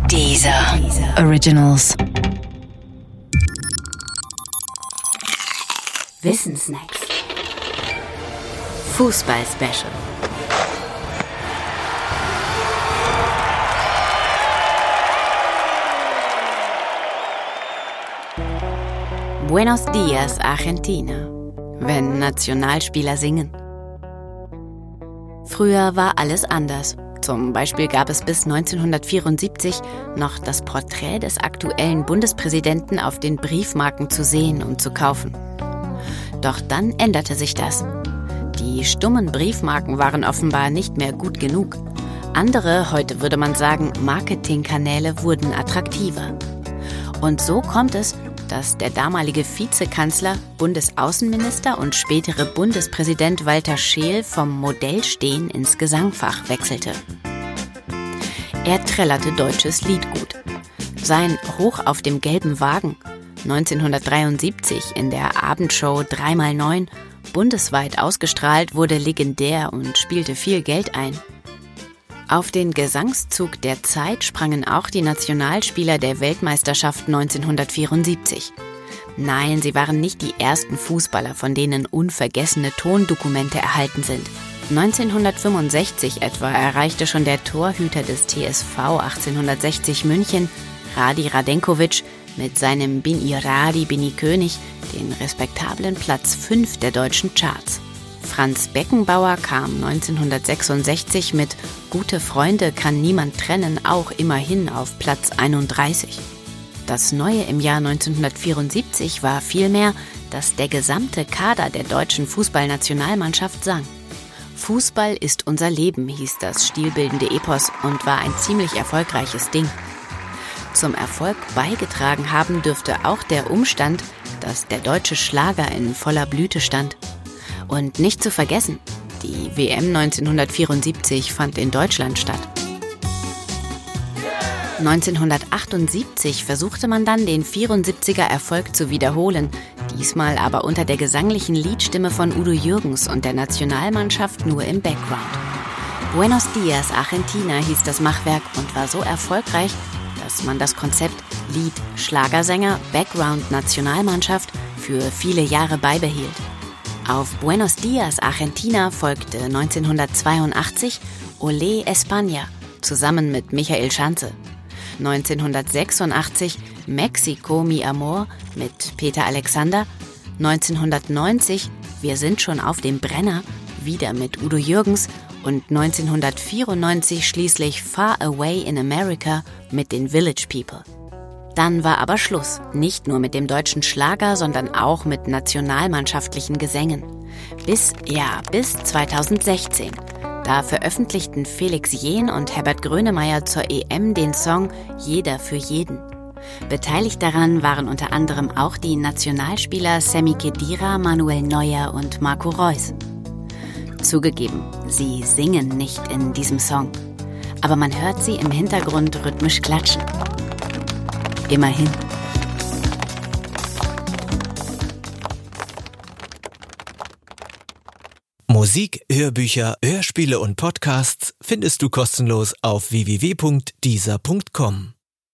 Deezer Originals. Wissensnacks. Fußball-Special. Buenos Dias, Argentina, wenn Nationalspieler singen. Früher war alles anders. Zum Beispiel gab es bis 1974 noch das Porträt des aktuellen Bundespräsidenten auf den Briefmarken zu sehen und zu kaufen. Doch dann änderte sich das. Die stummen Briefmarken waren offenbar nicht mehr gut genug. Andere, heute würde man sagen, Marketingkanäle wurden attraktiver. Und so kommt es, dass der damalige Vizekanzler, Bundesaußenminister und spätere Bundespräsident Walter Scheel vom Modellstehen ins Gesangfach wechselte. Er trällerte deutsches Liedgut. Sein Hoch auf dem gelben Wagen, 1973 in der Abendshow 3x9, bundesweit ausgestrahlt, wurde legendär und spielte viel Geld ein. Auf den Gesangszug der Zeit sprangen auch die Nationalspieler der Weltmeisterschaft 1974. Nein, sie waren nicht die ersten Fußballer, von denen unvergessene Tondokumente erhalten sind. 1965 etwa erreichte schon der Torhüter des TSV 1860 München, Radi Radenkovic, mit seinem Bin i Radi, bin i König, den respektablen Platz 5 der deutschen Charts. Franz Beckenbauer kam 1966 mit Gute Freunde kann niemand trennen auch immerhin auf Platz 31. Das Neue im Jahr 1974 war vielmehr, dass der gesamte Kader der deutschen Fußballnationalmannschaft sang. Fußball ist unser Leben, hieß das stilbildende Epos und war ein ziemlich erfolgreiches Ding. Zum Erfolg beigetragen haben dürfte auch der Umstand, dass der deutsche Schlager in voller Blüte stand. Und nicht zu vergessen, die WM 1974 fand in Deutschland statt. 1978 versuchte man dann, den 74er Erfolg zu wiederholen, diesmal aber unter der gesanglichen Liedstimme von Udo Jürgens und der Nationalmannschaft nur im Background. Buenos Dias, Argentina hieß das Machwerk und war so erfolgreich, dass man das Konzept Lied, Schlagersänger, Background, Nationalmannschaft für viele Jahre beibehielt. Auf Buenos Dias, Argentina folgte 1982 Olé España zusammen mit Michael Schanze. 1986 Mexico, mi amor mit Peter Alexander. 1990 Wir sind schon auf dem Brenner, wieder mit Udo Jürgens. Und 1994 schließlich Far Away in America mit den Village People. Dann war aber Schluss, nicht nur mit dem deutschen Schlager, sondern auch mit nationalmannschaftlichen Gesängen. Bis 2016. Da veröffentlichten Felix Jähn und Herbert Grönemeyer zur EM den Song Jeder für jeden. Beteiligt daran waren unter anderem auch die Nationalspieler Semi Khedira, Manuel Neuer und Marco Reus. Zugegeben, sie singen nicht in diesem Song, aber man hört sie im Hintergrund rhythmisch klatschen. Immerhin. Musik, Hörbücher, Hörspiele und Podcasts findest du kostenlos auf www.deezer.com.